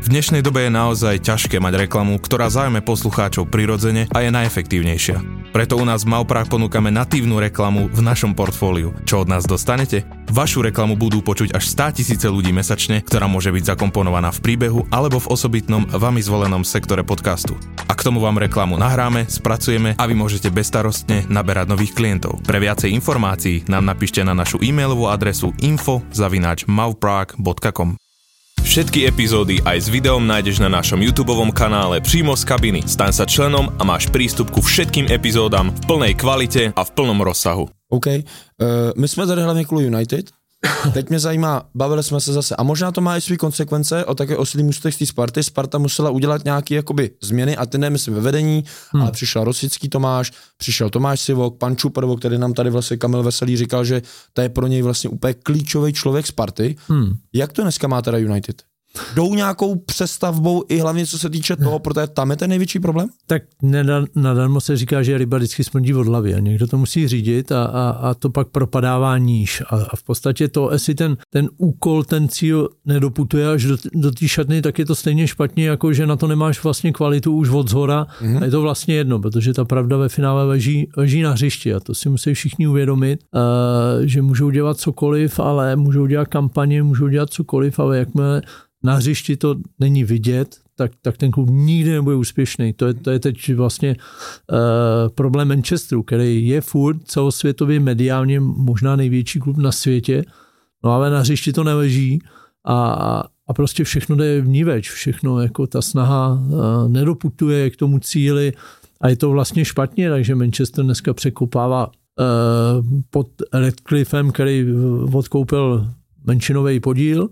V dnešnej dobe je naozaj ťažké mať reklamu, ktorá zaujme poslucháčov prirodzene a je najefektívnejšia. Preto u nás v Mauprák ponúkame natívnu reklamu v našom portfóliu. Čo od nás dostanete? Vašu reklamu budú počuť až 100 000 ľudí mesačne, ktorá môže byť zakomponovaná v príbehu alebo v osobitnom vami zvolenom sektore podcastu. A k tomu vám reklamu nahráme, spracujeme a vy môžete bezstarostne naberať nových klientov. Pre viacej informácií nám napíšte na našu e-mailovú adresu info@mauprák.com. Všetky epizódy aj s videom nájdeš na našom YouTubeovom kanále přímo z kabiny. Staň sa členom a máš prístup ku všetkým epizódám v plnej kvalite a v plnom rozsahu. OK, my jsme tady hlavně kvůli United. Teď mě zajímá, bavili jsme se zase, a možná to má i svý konsekvence o také oslý můstek z té Sparty. Sparta musela udělat nějaké jakoby změny, a ty nemyslím ve vedení, ale přišel Rosický Tomáš, přišel Tomáš Sivok, pan Čuprvo, který nám tady vlastně Kamil Veselý říkal, že to je pro něj vlastně úplně klíčový člověk Sparty. Jak to dneska má teda United? Jdou nějakou přestavbou i hlavně co se týče toho, protože tam je ten největší problém? Tak nadarmo se říká, že ryba vždycky smrdí od hlavy a někdo to musí řídit a to pak propadává níž. A v podstatě to, jestli ten úkol, ten cíl nedoputuje až do té šatny, tak je to stejně špatně, jako že na to nemáš vlastně kvalitu už od zhora. A je to vlastně jedno, protože ta pravda ve finále leží na hřišti a to si musí všichni uvědomit, že můžou dělat cokoliv, ale můžou dělat kampaně, můžou dělat cokoliv, ale jakmile na hřišti to není vidět, tak ten klub nikdy nebude úspěšný. To je teď vlastně problém Manchesteru, který je furt celosvětově mediálně možná největší klub na světě, no ale na hřišti to neleží a prostě všechno jde vníveč, všechno jako ta snaha nedoputuje k tomu cíli a je to vlastně špatně, takže Manchester dneska překopává pod Redcliffem, který odkoupil menšinový podíl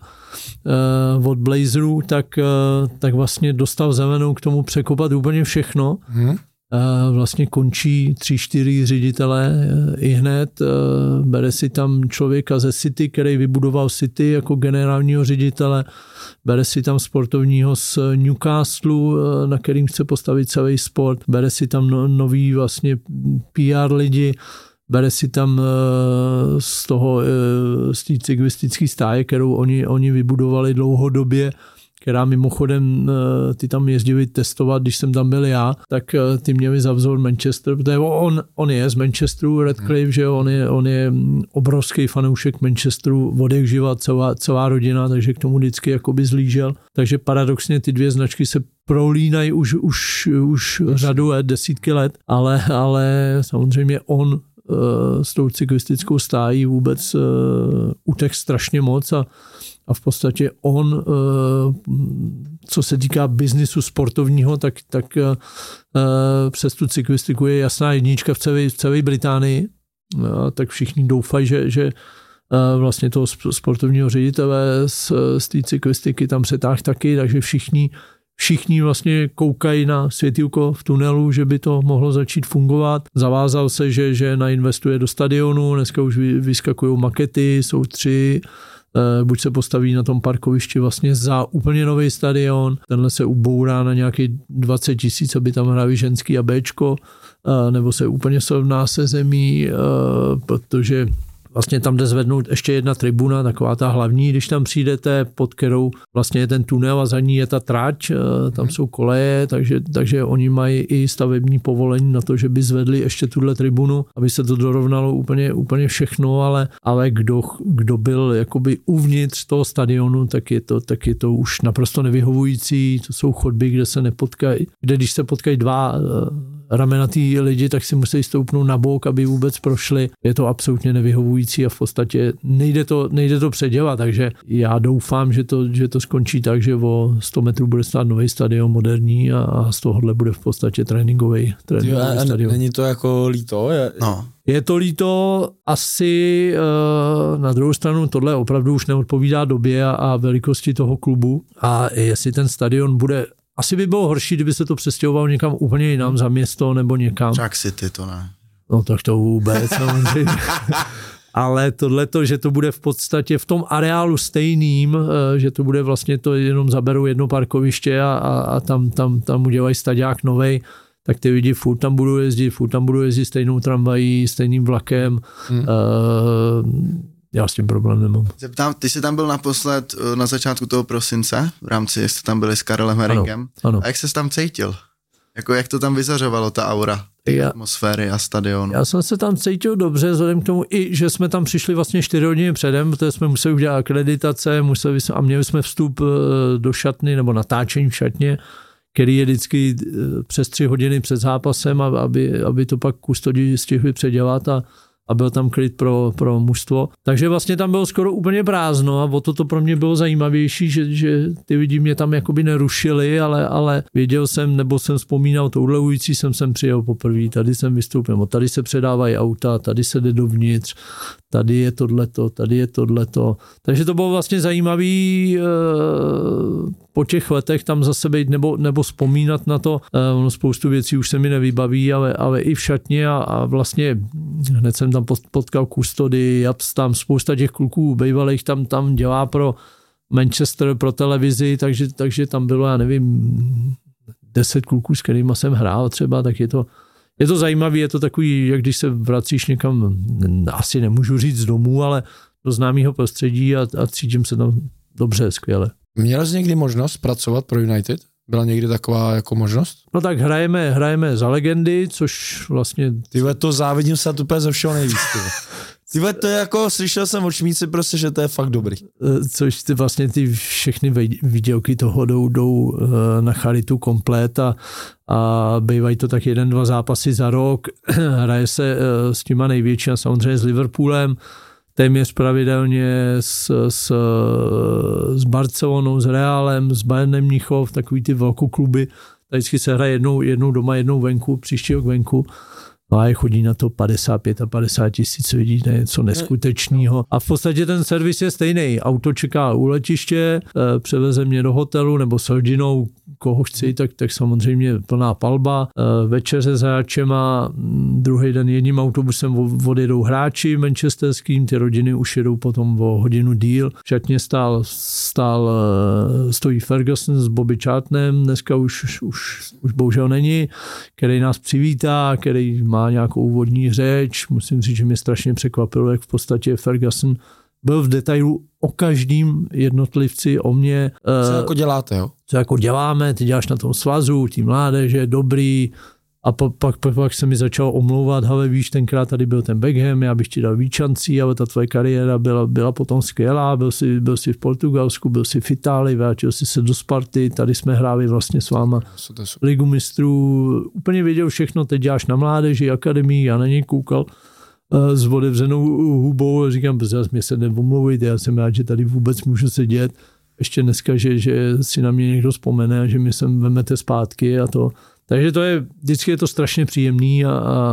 od Blazerů, tak vlastně dostal zelenou k tomu překopat úplně všechno. Vlastně končí 3-4 ředitele i hned. Bere si tam člověka ze City, který vybudoval City jako generálního ředitele. Bere si tam sportovního z Newcastle, na kterým chce postavit celý sport. Bere si tam nový vlastně PR lidi. Bere si tam z té cyklistické stáje, kterou oni vybudovali dlouhodobě, která mimochodem ty tam jezdili testovat, když jsem tam byl já, tak ty měli za vzor Manchester, protože on je z Manchesteru, Redcliffe, že on je obrovský fanoušek Manchesteru, od jak živa celá rodina, takže k tomu vždycky jakoby zlížel. Takže paradoxně ty dvě značky se prolínají už řadu let, desítky let, ale samozřejmě on s tou cyklistickou stájí vůbec utek strašně moc a v podstatě on, co se týká biznisu sportovního, tak přes tu cyklistiku je jasná jednička v celé Británii, tak všichni doufají, že vlastně toho sportovního ředitele z té cyklistiky tam přetáhl taky, takže všichni vlastně koukají na světýlko v tunelu, že by to mohlo začít fungovat. Zavázal se, že nainvestuje do stadionu, dneska už vyskakují makety, jsou 3, buď se postaví na tom parkovišti vlastně za úplně nový stadion, tenhle se ubourá na nějaký 20 000, aby tam hráli ženský a Bčko, nebo se úplně srovná se zemí, protože vlastně tam jde zvednout ještě jedna tribuna, taková ta hlavní, když tam přijdete, pod kterou vlastně je ten tunel a za ní je ta trať, tam jsou koleje, takže oni mají i stavební povolení na to, že by zvedli ještě tuhle tribunu, aby se to dorovnalo úplně všechno, ale kdo byl jakoby uvnitř toho stadionu, tak je to už naprosto nevyhovující, to jsou chodby, kde se nepotkají, kde když se potkají dva ramenatý lidi, tak si musí stoupnout na bok, aby vůbec prošli. Je to absolutně nevyhovující a v podstatě nejde to předělat, takže já doufám, že to skončí tak, že o 100 metrů bude stát nový stadion moderní a z tohohle bude v podstatě tréninkový stadion. Není to jako líto? No. Je to líto, asi na druhou stranu tohle opravdu už neodpovídá době a velikosti toho klubu a jestli ten stadion bude. Asi by bylo horší, kdyby se to přestěhovalo někam úplně jinam za město nebo někam. Jack City to ne. No tak to vůbec samozřejmě. Ale tohleto, že to bude v podstatě v tom areálu stejným, že to bude vlastně to jenom zaberou jedno parkoviště a tam udělají staďák novej, tak ty lidi furt tam budou jezdit stejnou tramvají, stejným vlakem. já s tím problém nemám. Zeptám, ty jsi tam byl naposled na začátku toho prosince, v rámci, jste tam byli s Karelem Heringem. Ano. A jak ses tam cítil? Jako jak to tam vyzařovalo, ta aura, atmosféry a stadionu? Já jsem se tam cítil dobře, vzhledem k tomu, i že jsme tam přišli vlastně 4 hodiny předem, protože jsme museli udělat akreditace, a měli jsme vstup do šatny nebo natáčení v šatně, který je vždycky přes 3 hodiny před zápasem, aby to pak kustodi stihli předělat a byl tam klid pro mužstvo. Takže vlastně tam bylo skoro úplně prázdno a o to pro mě bylo zajímavější, že ty lidi mě tam jakoby nerušili, ale věděl jsem, nebo jsem vzpomínal, touhle ulicí jsem přijel poprvé, tady jsem vystoupil, tady se předávají auta, tady se jde dovnitř, tady je tohleto, tady je tohleto. Takže to bylo vlastně zajímavý po těch letech tam zase být nebo vzpomínat na to. Spoustu věcí už se mi nevybaví, ale i v šatně a vlastně hned jsem tam potkal kustody, Japs tam, spousta těch kluků bývalých tam dělá pro Manchester, pro televizi, takže tam bylo, já nevím, 10 kluků, s kterýma jsem hrál třeba, tak je to zajímavé, je to takový, jak když se vracíš někam, asi nemůžu říct z domů, ale do známého prostředí a cítím se tam dobře, skvěle. Měl jsi někdy možnost pracovat pro United? Byla někdy taková jako možnost? No tak hrajeme za legendy, což vlastně... Tyhle, to závidím se úplně ze všeho nejvíc. Tyhle, to je jako, slyšel jsem od Šmíci prostě, že to je fakt dobrý. Což vlastně ty všechny výdělky toho jdou na charitu komplet a bývají to tak 1-2 zápasy za rok. Hraje se s těma největší a samozřejmě s Liverpoolem, téměř pravidelně s Barcelonou, s Realem, s Bayernem Mnichov, takový ty velkokluby. Vždycky se hraje jednou doma, jednou venku, příští rok venku. No a chodí na to 55 a 50 tisíc lidí, to je něco neskutečného. A v podstatě ten servis je stejný. Auto čeká u letiště, převeze mě do hotelu nebo s rodinou, koho chci, tak samozřejmě plná palba. Večeře s hráčema, druhý den jedním autobusem odjedou hráči manchesterským, ty rodiny už jedou potom o hodinu díl. V šatně stojí Ferguson s Bobby Charltonem, dneska už bohužel není, který nás přivítá, který má nějakou úvodní řeč. Musím říct, že mě strašně překvapilo, jak v podstatě Ferguson byl v detailu o každým jednotlivci, o mě. Co jako děláte, jo? Co jako děláme, ty děláš na tom svazu, tí mládeže, dobrý. A pak se mi začalo omlouvat, hele víš, tenkrát tady byl ten Beckham, já bych ti dal víc šancí, ale ta tvoje kariéra byla potom skvělá, byl jsi v Portugalsku, byl jsi v Itálii, vrátil jsi se do Sparty, tady jsme hráli vlastně s váma Ligu mistrů, úplně věděl všechno, teď děláš na mládeži, akademii, já na něj koukal s otevřenou hubou a říkám, mě se neomluvujte, já jsem rád, že tady vůbec můžu sedět, ještě dneska, že si na mě někdo vzpomene a že mě sem vemete zpátky a to. Takže vždycky je to strašně příjemný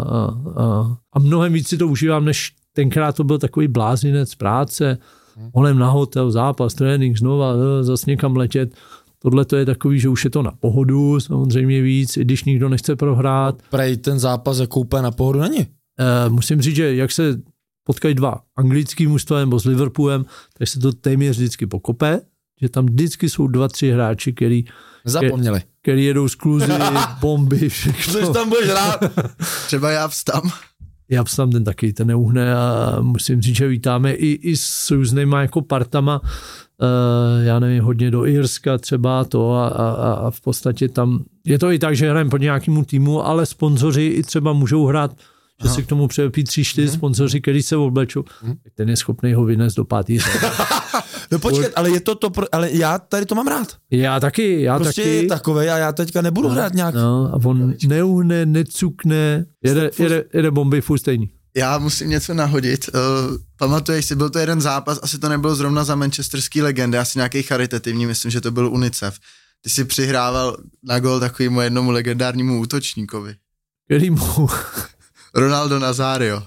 a mnohem víc si to užívám, než tenkrát to byl takový blázinec práce, holem na hotel, zápas, trénink, znova, zase někam letět. Tohle to je takový, že už je to na pohodu, samozřejmě víc, i když nikdo nechce prohrát. Prej ten zápas jako úplně na pohodu není? Musím říct, že jak se potkají 2 anglický mužstva nebo s Liverpoolem, tak se to téměř vždycky pokope, že tam vždycky jsou 2-3 hráči, zapomněli. Který jedou z kluzy, bomby, všechno. Což tam budeš rád. Třeba Japs tam. Japs tam ten taky, ten neuhne a musím říct, že vítáme i s různýma jako partama, já nevím, hodně do Irska třeba to a v podstatě tam, je to i tak, že hrajeme pod nějakému týmu, ale sponzoři i třeba můžou hrát, že si k tomu přelepí 3-4 sponzoři, který se oblečou, ten je schopný ho vynést do 5. No počkat, ale je to ale já tady to mám rád. Já taky. Prostě je takovej a já teďka nebudu hrát nějak. No, a on neuhne, necukne, jede bomby furt stejný. Já musím něco nahodit. Pamatuješ si, byl to jeden zápas, asi to nebylo zrovna za manchesterský legendy, asi nějaký charitativní, myslím, že to byl UNICEF. Ty si přihrával na gol takovému jednomu legendárnímu útočníkovi. Kterýmu? Ronaldo Nazario.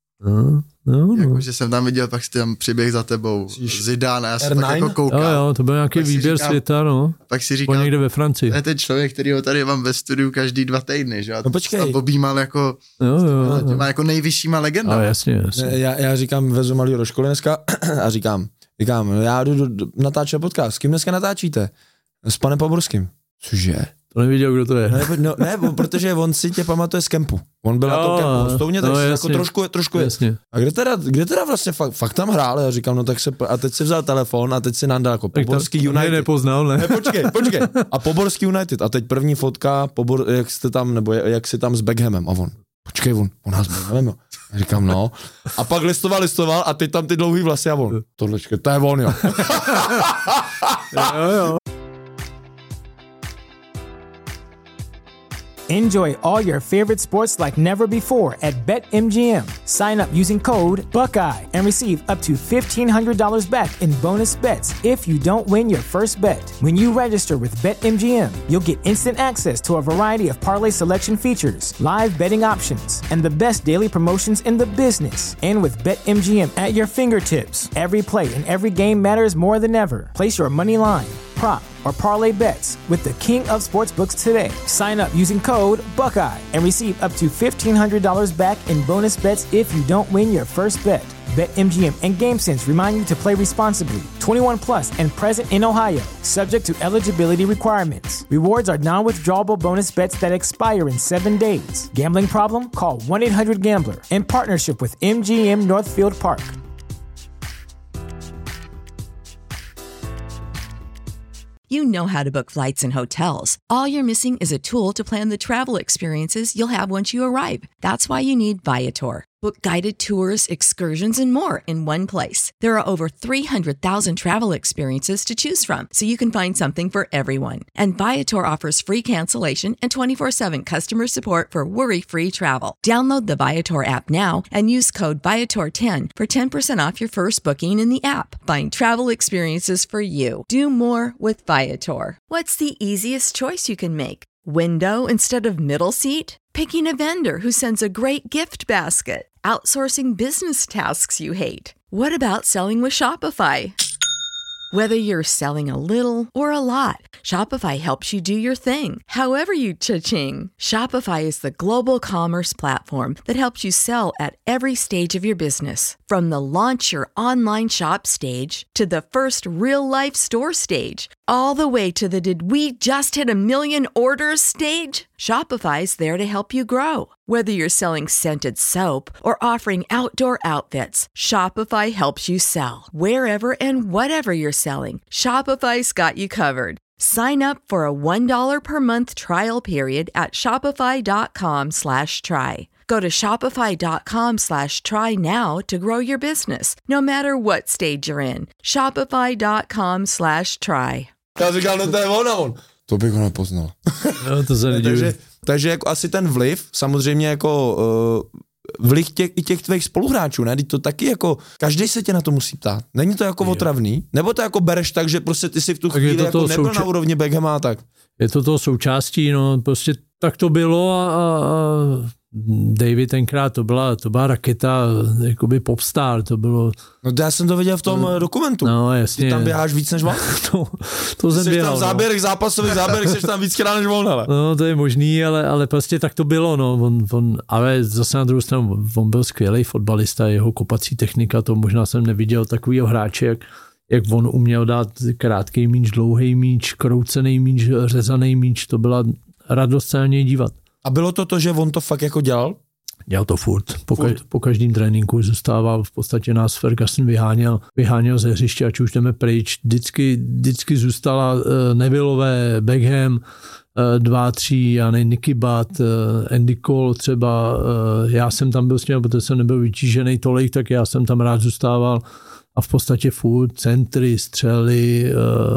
No. Jakože jsem tam viděl, pak jsi tam přiběh za tebou Zidane a já jsem tak jako koukal. Jo, to byl nějaký výběr světa, no. Pak si říkal, někde ve Francii. To je ten člověk, který ho tady mám ve studiu každý 2 týdny, že? No počkej. A objímal jako, těma jako nejvyššíma legendama. Jasně. Já říkám, vezu malýho do školy dneska a říkám, já jdu natáčet podcast. S kým dneska natáčíte? S panem Poborským. Cože? To neviděl, kdo to je. Ne, protože on si tě pamatuje z kempu. On byl na tom kempu v Stouně, takže jako trošku jasně. A kde teda vlastně fakt tam hrál? Já říkám, no tak a teď si vzal telefon a teď si nandal jako Poborský United. Nepoznal, ne? Ne, počkej. A Poborský United. A teď první fotka, jak jste tam, nebo jak si tam s Beckhamem. A on, počkej, on nás Beckhamem, jo. Já říkám, no. A pak listoval a teď tam ty dlouhý vlasy a on, tohlečke, to je on, jo. jo. Enjoy all your favorite sports like never before at BetMGM. Sign up using code Buckeye and receive up to $1,500 back in bonus bets if you don't win your first bet. When you register with BetMGM, you'll get instant access to a variety of parlay selection features, live betting options, and the best daily promotions in the business. And with BetMGM at your fingertips, every play and every game matters more than ever. Place your money line, prop, or parlay bets with the king of sportsbooks today. Sign up using code Buckeye and receive up to $1,500 back in bonus bets if you don't win your first bet. BetMGM and GameSense remind you to play responsibly. 21 plus and present in Ohio, subject to eligibility requirements. Rewards are non-withdrawable bonus bets that expire in 7 days. Gambling problem? Call 1-800-GAMBLER. In partnership with MGM Northfield Park. You know how to book flights and hotels. All you're missing is a tool to plan the travel experiences you'll have once you arrive. That's why you need Viator. Book guided tours, excursions, and more in one place. There are over 300,000 travel experiences to choose from, so you can find something for everyone. And Viator offers free cancellation and 24/7 customer support for worry-free travel. Download the Viator app now and use code Viator10 for 10% off your first booking in the app. Find travel experiences for you. Do more with Viator. What's the easiest choice you can make? Window instead of middle seat? Picking a vendor who sends a great gift basket? Outsourcing business tasks you hate? What about selling with Shopify? Whether you're selling a little or a lot, Shopify helps you do your thing, however you cha-ching. Shopify is the global commerce platform that helps you sell at every stage of your business. From the launch your online shop stage to the first real-life store stage, all the way to the did we just hit a million orders stage? Shopify's there to help you grow. Whether you're selling scented soap or offering outdoor outfits, Shopify helps you sell. Wherever and whatever you're selling, Shopify's got you covered. Sign up for a $1 per month trial period at shopify.com/try. Go to shopify.com/try now to grow your business, no matter what stage you're in. Shopify.com/try. Já říkal, no to je on. To bych ho nepoznal. No, to se takže jako asi ten vliv, samozřejmě jako vliv těch tvých spoluhráčů, ne? To taky jako, každý se tě na to musí ptát. Není to jako otravný? Nebo to jako bereš tak, že prostě ty si v tu chvíli jako nebyl na úrovni Beckhama a tak? Je to součástí, no prostě tak to bylo a David tenkrát, to byla raketa, jakoby popstar, to bylo... No já jsem to viděl v tom dokumentu. No jasně. Ty tam běháš víc než on? to jsem běhal. Jsi tam v záběrech, zápasových záběrech, jsi tam víckrát než on, ale. No to je možný, ale prostě tak to bylo, no. Ale zase na druhou stranu, on byl skvělý fotbalista, jeho kopací technika, to možná jsem neviděl takovýho hráče, jak on uměl dát krátký míč, dlouhý míč, kroucený míč, řezaný míč, to byla radost se na něj dívat. A bylo to, že on to fakt jako dělal? Dělal to furt. Po každém tréninku zůstával, v podstatě nás Ferguson vyháněl ze hřiště, ať už jdeme pryč. Vždycky zůstala Nevillové, Beckham, 2-3, já nevím, Nicky Butt, Andy Cole třeba. Já jsem tam byl s ním, protože jsem nebyl vytížený tolik, tak já jsem tam rád zůstával. A v podstatě furt centry, střely,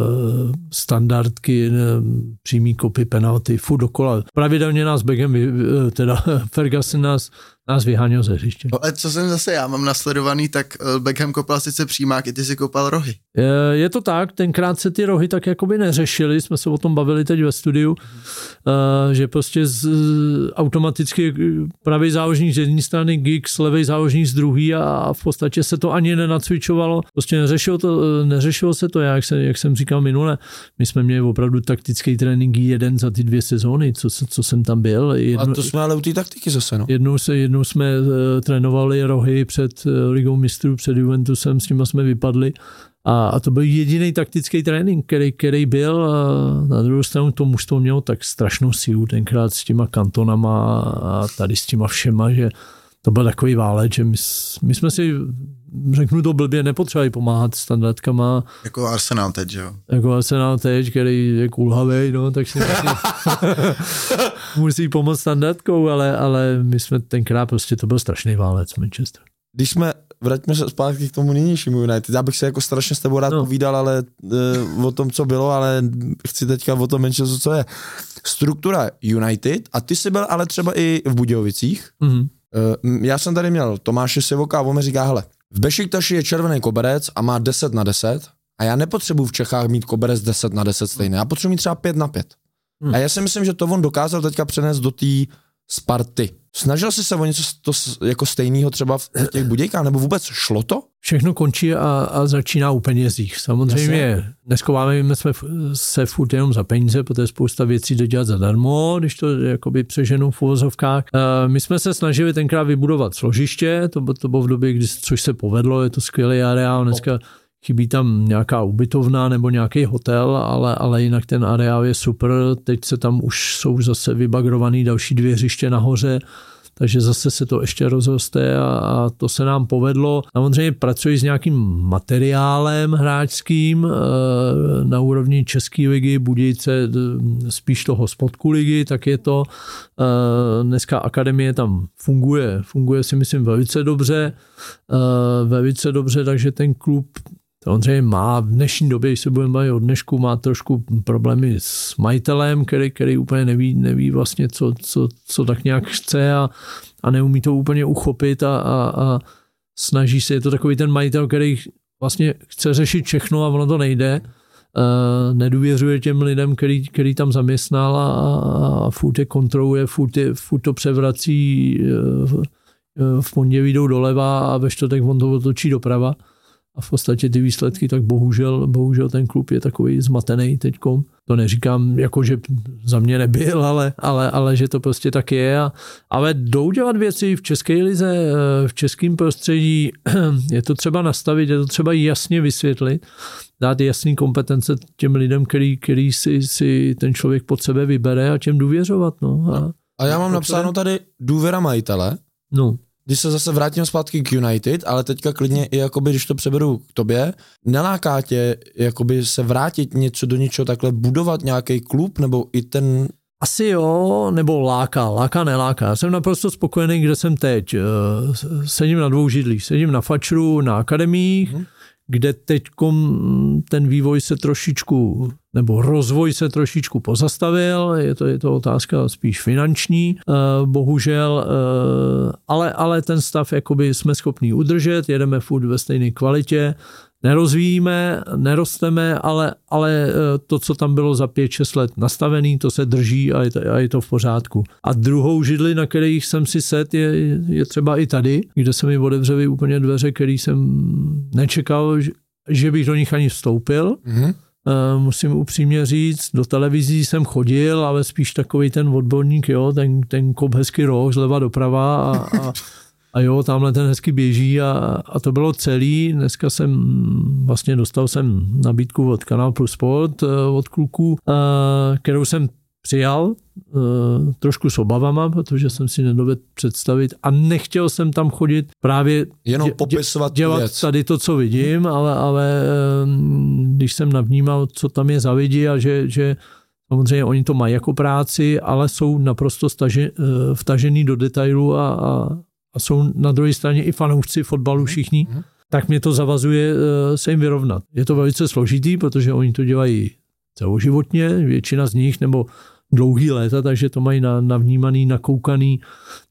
standardky, přímý kopy, penalty, furt dokola. Pravidelně nás Beckham, teda Ferguson nás vyháněl ze hřiště. No, ale co jsem zase já mám nasledovaný, tak Beckham kopal sice přímák, i ty si kopal rohy. Je to tak, tenkrát se ty rohy tak jakoby neřešily, jsme se o tom bavili teď ve studiu, že prostě automaticky pravý záložník z jedné strany, Giggs, levý záložník z druhé a v podstatě se to ani nenacvičovalo. Prostě neřešilo se to, jak jsem říkal minule. My jsme měli opravdu taktický trénink jeden za ty 2 sezóny, co jsem tam byl. A to jsme ale u té taktiky zase, no. Jednou jednou jsme trénovali Rohy před Ligou mistrů, před Juventusem, s nimi jsme vypadli. A to byl jediný taktický trénink, který byl. A na druhou stranu to mužstvo mělo tak strašnou sílu tenkrát s těma kantonama a tady s těma všema, že to byl takový válec, že my jsme si, řeknu to blbě, nepotřebovali pomáhat standardkama. Jako Arsenal teď, jo? Jako Arsenal teď, který je kulhavej, no, tak si musí pomoct standardkou, ale my jsme tenkrát prostě, to byl strašný válec Manchester. Vraťme se zpátky k tomu nynějšímu United. Já bych se jako strašně s tebou rád povídal, ale o tom, co bylo, ale chci teďka o tom Manchesteru, co je. Struktura United, a ty jsi byl ale třeba i v Budějovicích. Mm-hmm. Já jsem tady měl Tomáše Sivoka a on mi říká, hele, v Bešiktaši je červený koberec a má 10/10 a já nepotřebuji v Čechách mít koberec 10/10 stejný. Já potřebuji mít třeba 5/5. A já si myslím, že to on dokázal teďka přenést do té Sparty. Snažil jsi se o něco jako stejnýho třeba v těch Budějkách, nebo vůbec šlo to? Všechno končí a začíná u penězích. Samozřejmě neskováme jsme se furt jenom za peníze, protože spousta věcí jde dělat zadarmo, když to jakoby přeženu v uvozovkách. My jsme se snažili tenkrát vybudovat složiště, to bylo v době, což se povedlo, je to skvělý areál, dneska chybí tam nějaká ubytovna nebo nějaký hotel, ale jinak ten areál je super. Teď se tam už jsou zase vybagrovaný další 2 hřiště nahoře, takže zase se to ještě rozroste a to se nám povedlo. Samozřejmě pracuji s nějakým materiálem hráčským na úrovni České ligy, Budějce spíš toho spodku ligy, tak je to. Dneska akademie tam funguje si myslím velice dobře, takže ten klub samozřejmě má v dnešní době, když se budeme bavit o dnešku, má trošku problémy s majitelem, který úplně neví vlastně, co tak nějak chce a neumí to úplně uchopit a snaží se, je to takový ten majitel, který vlastně chce řešit všechno a ono to nejde. Nedůvěřuje těm lidem, který tam zaměstnal a furt je kontroluje, furt to převrací, v pondělí jdou doleva a ve čtvrtek on to otočí doprava. A v podstatě ty výsledky, tak bohužel ten klub je takový zmatený teďkom. To neříkám, jako že za mě nebyl, ale že to prostě tak je. Ale jdou dělat věci v české lize, v českém prostředí. Je to třeba nastavit, je to třeba jasně vysvětlit, dát jasný kompetence těm lidem, který si ten člověk pod sebe vybere a těm důvěřovat. No. A já mám napsáno tady důvěra majitele. No. Když se zase vrátím zpátky k United, ale teďka klidně i jakoby, když to přeberu k tobě, neláká tě jakoby se vrátit něco do něčeho takhle, budovat nějaký klub, nebo i ten... Asi jo, nebo láká, neláká. Jsem naprosto spokojený, kde jsem teď. Sedím na 2 židlích, sedím na fačru, na akademiích, kde teď ten vývoj se trošičku, nebo rozvoj se trošičku pozastavil, je to otázka spíš finanční, bohužel, ale ten stav jakoby jsme schopni udržet, jedeme furt ve stejné kvalitě, nerozvíjíme, nerosteme, ale to, co tam bylo za 5-6 let nastavený, to se drží a je to v pořádku. A druhou židli, na kterých jsem si set, je třeba i tady, kde se mi otevřely úplně dveře, který jsem nečekal, že bych do nich ani vstoupil. Mm-hmm. Musím upřímně říct, do televizí jsem chodil, ale spíš takový ten odborník, jo, ten kop hezky roh zleva doprava a jo, tamhle ten hezky běží a to bylo celý. Dneska dostal jsem nabídku od Kanál Plus Sport, od kluků, kterou jsem přijal trošku s obavama, protože jsem si nedovedl představit a nechtěl jsem tam chodit právě jenom popisovat dělat věc. Tady to, co vidím, ale když jsem navnímal, co tam je za lidi a že samozřejmě oni to mají jako práci, ale jsou naprosto vtažený do detailu a jsou na druhé straně i fanoušci fotbalu všichni, tak mě to zavazuje se jim vyrovnat. Je to velice složitý, protože oni to dělají celoživotně, většina z nich, nebo dlouhý léta, takže to mají navnímaný, nakoukaný,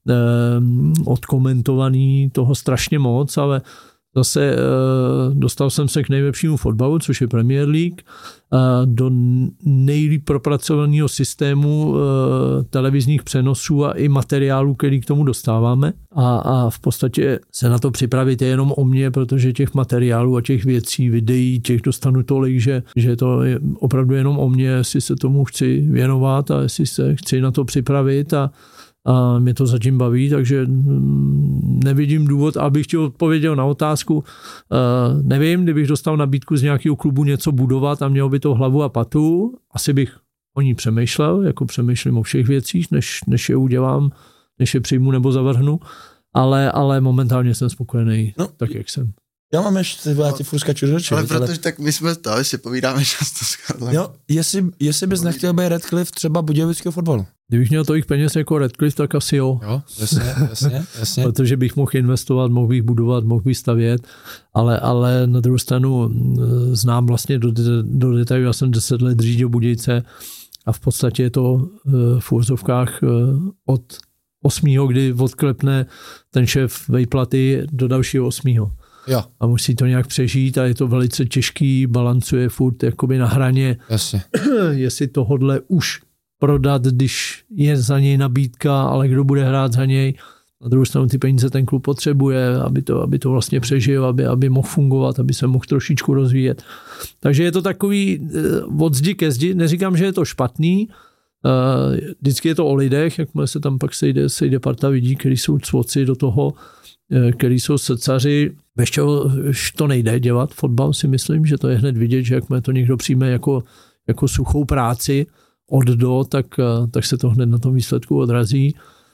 odkomentovaný, toho strašně moc, ale zase dostal jsem se k nejlepšímu fotbalu, což je Premier League, do nejlíp propracovaného systému televizních přenosů a i materiálů, který k tomu dostáváme. A v podstatě se na to připravit je jenom o mě, protože těch materiálů a těch věcí, videí, těch dostanu tolik, že to je opravdu jenom o mě, jestli se tomu chci věnovat a jestli se chci na to připravit a A mě to zatím baví, takže nevidím důvod, abych ti odpověděl na otázku. Nevím, kdybych dostal nabídku z nějakého klubu něco budovat a mělo by to hlavu a patu, asi bych o ní přemýšlel, jako přemýšlím o všech věcích, než je udělám, než je přijmu nebo zavrhnu, ale momentálně jsem spokojený, tak jak jsem. Já mám ještě, já ti furt skaču do řeči. Ale protože tak my jsme to, si povídáme často s Karlem. Jo, jestli bys nechtěl být Redcliffe třeba budějovického fotbalu. Kdybych měl tolik peněz jako Redcliffe, tak asi jo. Jo, jasně. Protože bych mohl investovat, mohl bych budovat, mohl bych stavět, ale na druhou stranu znám vlastně do detailu, já jsem 10 let řídil Budějce a v podstatě je to v úvozovkách od 8., kdy odklepne ten šéf vejplaty do dalšího 8. Jo. A musí to nějak přežít a je to velice těžký, balancuje furt jakoby na hraně. Jasně. Jestli tohodle už prodat, když je za něj nabídka, ale kdo bude hrát za něj. Na druhou stranu ty peníze ten klub potřebuje, aby to vlastně přežil, aby mohl fungovat, aby se mohl trošičku rozvíjet. Takže je to takový od zdi ke zdi. Neříkám, že je to špatný. Vždycky je to o lidech, jakmile se tam pak sejde parta lidí, kteří jsou cvoci do toho, který jsou srdcaři. Bez čeho to nejde dělat fotbal, si myslím, že to je hned vidět, že jakmile to někdo přijme jako suchou práci od do, tak se to hned na tom výsledku odrazí.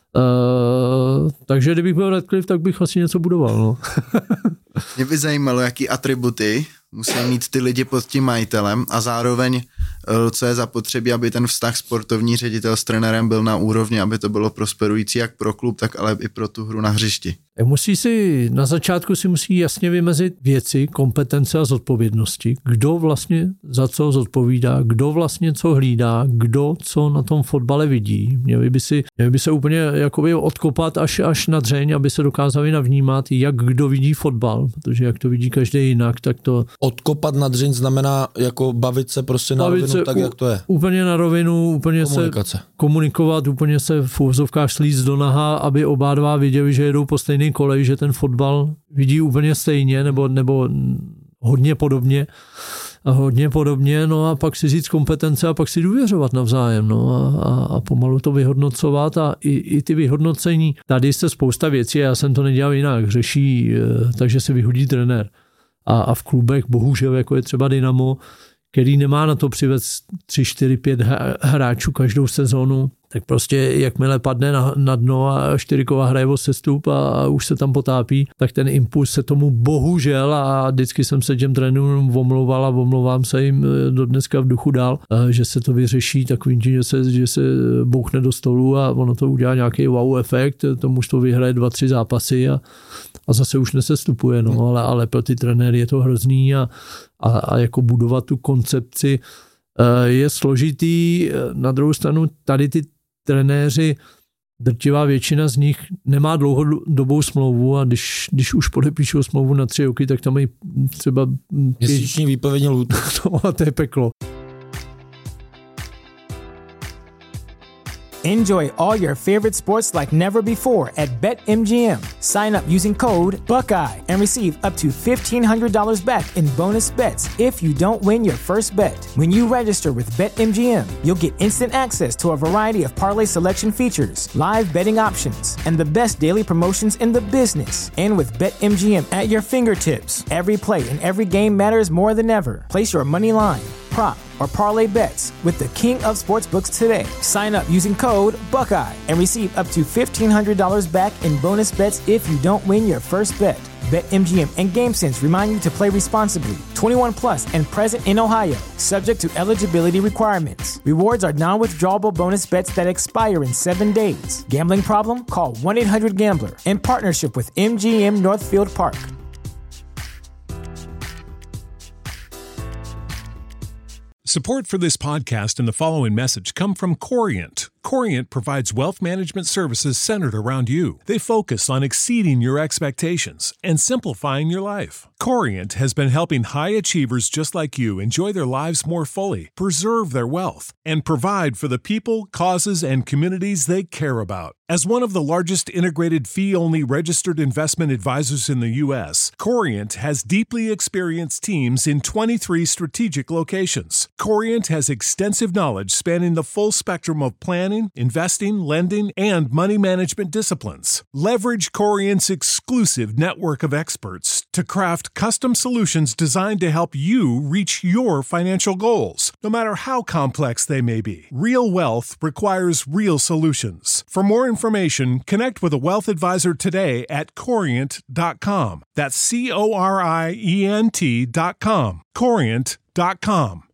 Takže kdybych byl Redcliffe, tak bych asi něco budoval. No. Mě by zajímalo, jaký atributy musí mít ty lidi pod tím majitelem a zároveň, co je zapotřebí, aby ten vztah sportovní ředitel s trenérem byl na úrovni, aby to bylo prosperující jak pro klub, tak ale i pro tu hru na hřišti. Na začátku si musí jasně vymezit věci, kompetence a zodpovědnosti. Kdo vlastně za co zodpovídá, kdo vlastně co hlídá, kdo co na tom fotbale vidí. Měli by se úplně jakoby odkopat až na dřeň, aby se dokázali navnímat, jak kdo vidí fotbal, protože jak to vidí každý jinak, tak to... Odkopat na dřeň znamená jako bavit se prostě na rovinu tak, jak to je. Úplně na rovinu, úplně komunikace. Se komunikovat, úplně se v úvozovkách slíct do naha, aby oba dva viděli, že jedou po stejný kolej, že ten fotbal vidí úplně stejně nebo hodně podobně, no a pak si říct kompetence a pak si důvěřovat navzájem, no a pomalu to vyhodnocovat a i ty vyhodnocení. Tady se spousta věcí, já jsem to nedělal jinak, řeší, takže se vyhodí trenér. A v klubech, bohužel, jako je třeba Dynamo, který nemá na to přivést 3, 4, 5 hráčů každou sezónu, tak prostě jakmile padne na dno a 4 kola hraje o sestup a už se tam potápí, tak ten impuls se tomu bohužel, a vždycky jsem se těm trenérům omlouval a omlouvám se jim do dneska v duchu dál, že se to vyřeší takovým tím, že se bouchne do stolu a ono to udělá nějaký wow efekt, tomu už to vyhraje 2, 3 zápasy a zase už nesestupuje, no, ale pro ty trenéry je to hrozný a jako budovat tu koncepci je složitý. Na druhou stranu tady ty trenéři, drtivá většina z nich nemá dlouhodobou smlouvu a když už podepíšou smlouvu na 3 roky, tak tam mají třeba měsíční výpovědní lhůtu. A to je peklo. Enjoy all your favorite sports like never before at BetMGM. Sign up using code Buckeye and receive up to $1,500 back in bonus bets if you don't win your first bet. When you register with BetMGM, you'll get instant access to a variety of parlay selection features, live betting options, and the best daily promotions in the business. And with BetMGM at your fingertips, every play and every game matters more than ever. Place your money line, prop, or parlay bets with the king of sportsbooks today. Sign up using code Buckeye and receive up to $1,500 back in bonus bets if you don't win your first bet. BetMGM and GameSense remind you to play responsibly. 21 plus and present in Ohio, subject to eligibility requirements. Rewards are non-withdrawable bonus bets that expire in 7 days. Gambling problem? Call 1-800-GAMBLER. In partnership with MGM Northfield Park. Support for this podcast and the following message come from Corient. Corient provides wealth management services centered around you. They focus on exceeding your expectations and simplifying your life. Corient has been helping high achievers just like you enjoy their lives more fully, preserve their wealth, and provide for the people, causes, and communities they care about. As one of the largest integrated fee-only registered investment advisors in the U.S., Corient has deeply experienced teams in 23 strategic locations. Corient has extensive knowledge spanning the full spectrum of planning, planning, investing, lending, and money management disciplines. Leverage Corient's exclusive network of experts to craft custom solutions designed to help you reach your financial goals, no matter how complex they may be. Real wealth requires real solutions. For more information, connect with a wealth advisor today at Corient.com. That's Corient.com. Corient.com.